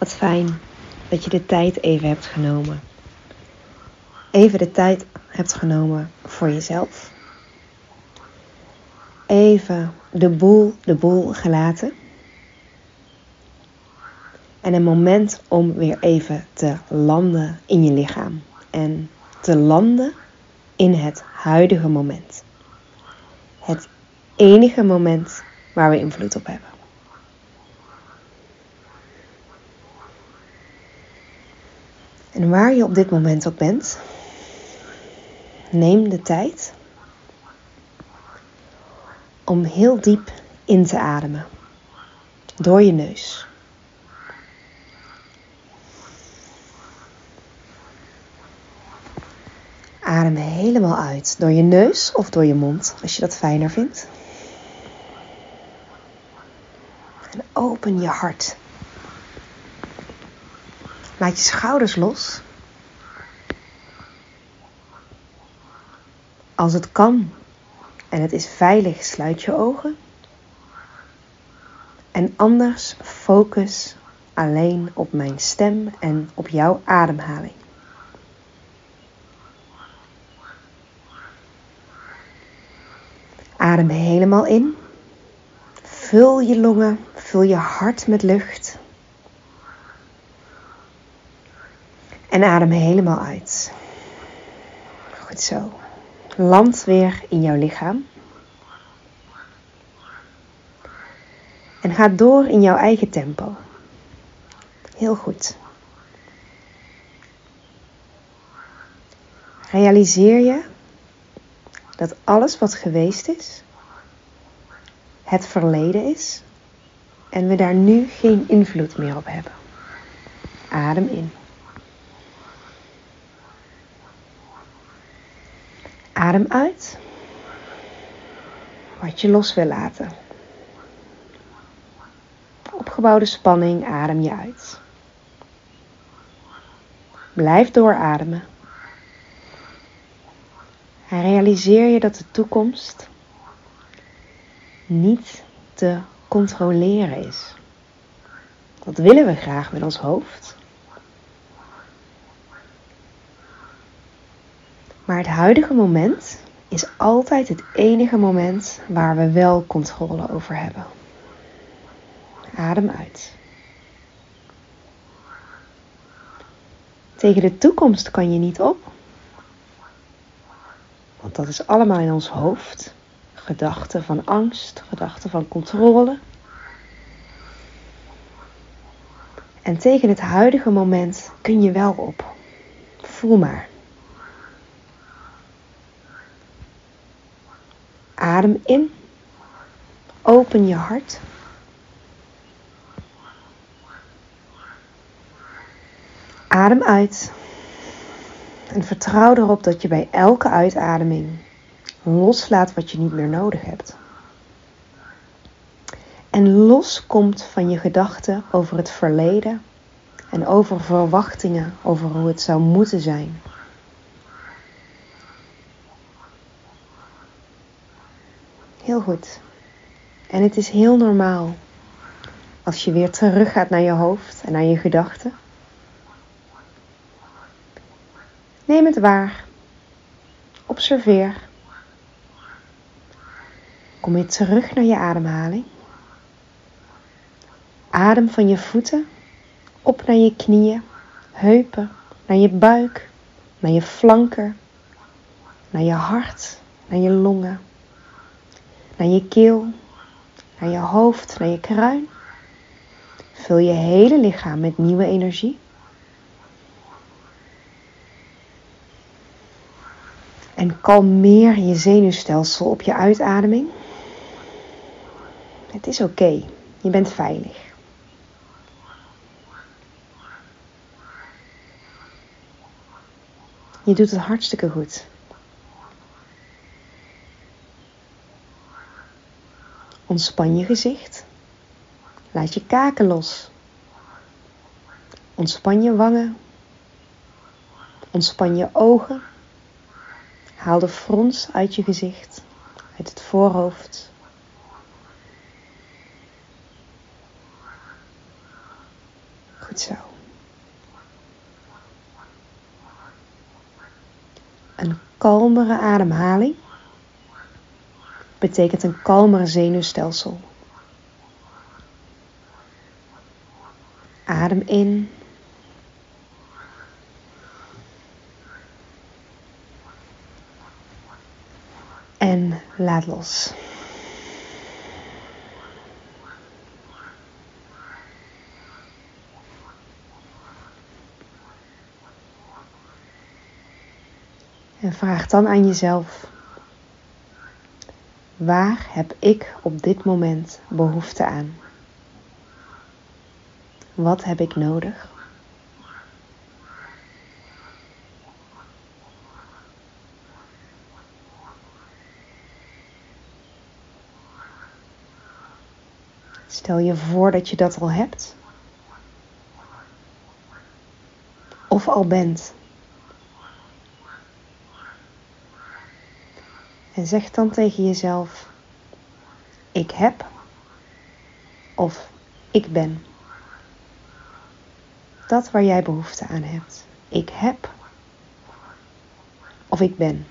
Wat fijn dat je de tijd even hebt genomen. Even de tijd hebt genomen voor jezelf. Even de boel gelaten. En een moment om weer even te landen in je lichaam. En te landen in het huidige moment. Het enige moment waar we invloed op hebben. En waar je op dit moment ook bent, neem de tijd om heel diep in te ademen. Door je neus. Adem helemaal uit. Door je neus of door je mond, als je dat fijner vindt. En open je hart. Laat je schouders los. Als het kan en het is veilig, sluit je ogen. En anders focus alleen op mijn stem en op jouw ademhaling. Adem helemaal in. Vul je longen, vul je hart met lucht. En adem helemaal uit. Goed zo. Land weer in jouw lichaam. En ga door in jouw eigen tempo. Heel goed. Realiseer je dat alles wat geweest is, het verleden is en we daar nu geen invloed meer op hebben. Adem in. Adem uit. Wat je los wil laten. Opgebouwde spanning, adem je uit. Blijf doorademen. En realiseer je dat de toekomst niet te controleren is. Dat willen we graag met ons hoofd. Maar het huidige moment is altijd het enige moment waar we wel controle over hebben. Adem uit. Tegen de toekomst kan je niet op. Want dat is allemaal in ons hoofd. Gedachten van angst, gedachten van controle. En tegen het huidige moment kun je wel op. Voel maar. Adem in. Open je hart. Adem uit. En vertrouw erop dat je bij elke uitademing loslaat wat je niet meer nodig hebt. En loskomt van je gedachten over het verleden en over verwachtingen over hoe het zou moeten zijn. Heel goed. En het is heel normaal als je weer terug gaat naar je hoofd en naar je gedachten. Neem het waar. Observeer. Kom weer terug naar je ademhaling. Adem van je voeten op naar je knieën, heupen, naar je buik, naar je flanken, naar je hart, naar je longen, naar je keel, naar je hoofd, naar je kruin. Vul je hele lichaam met nieuwe energie. En kalmeer je zenuwstelsel op je uitademing. Het is oké. Je bent veilig. Je doet het hartstikke goed. Ontspan je gezicht. Laat je kaken los. Ontspan je wangen. Ontspan je ogen. Haal de frons uit je gezicht, uit het voorhoofd. Goed zo. Een kalmere ademhaling betekent een kalmer zenuwstelsel. Adem in. En laat los. En vraag dan aan jezelf: waar heb ik op dit moment behoefte aan? Wat heb ik nodig? Stel je voor dat je dat al hebt. Of al bent. En zeg dan tegen jezelf: ik heb of ik ben. Dat waar jij behoefte aan hebt. Ik heb of ik ben.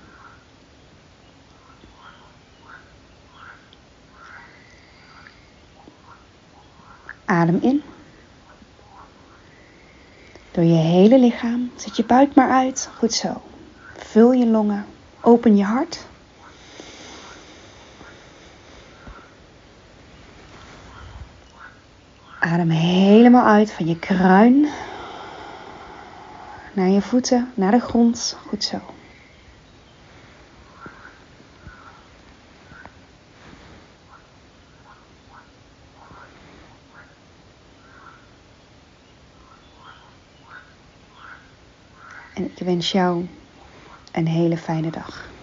Adem in. Door je hele lichaam. Zet je buik maar uit. Goed zo. Vul je longen. Open je hart. Adem helemaal uit van je kruin naar je voeten, naar de grond. Goed zo. En ik wens jou een hele fijne dag.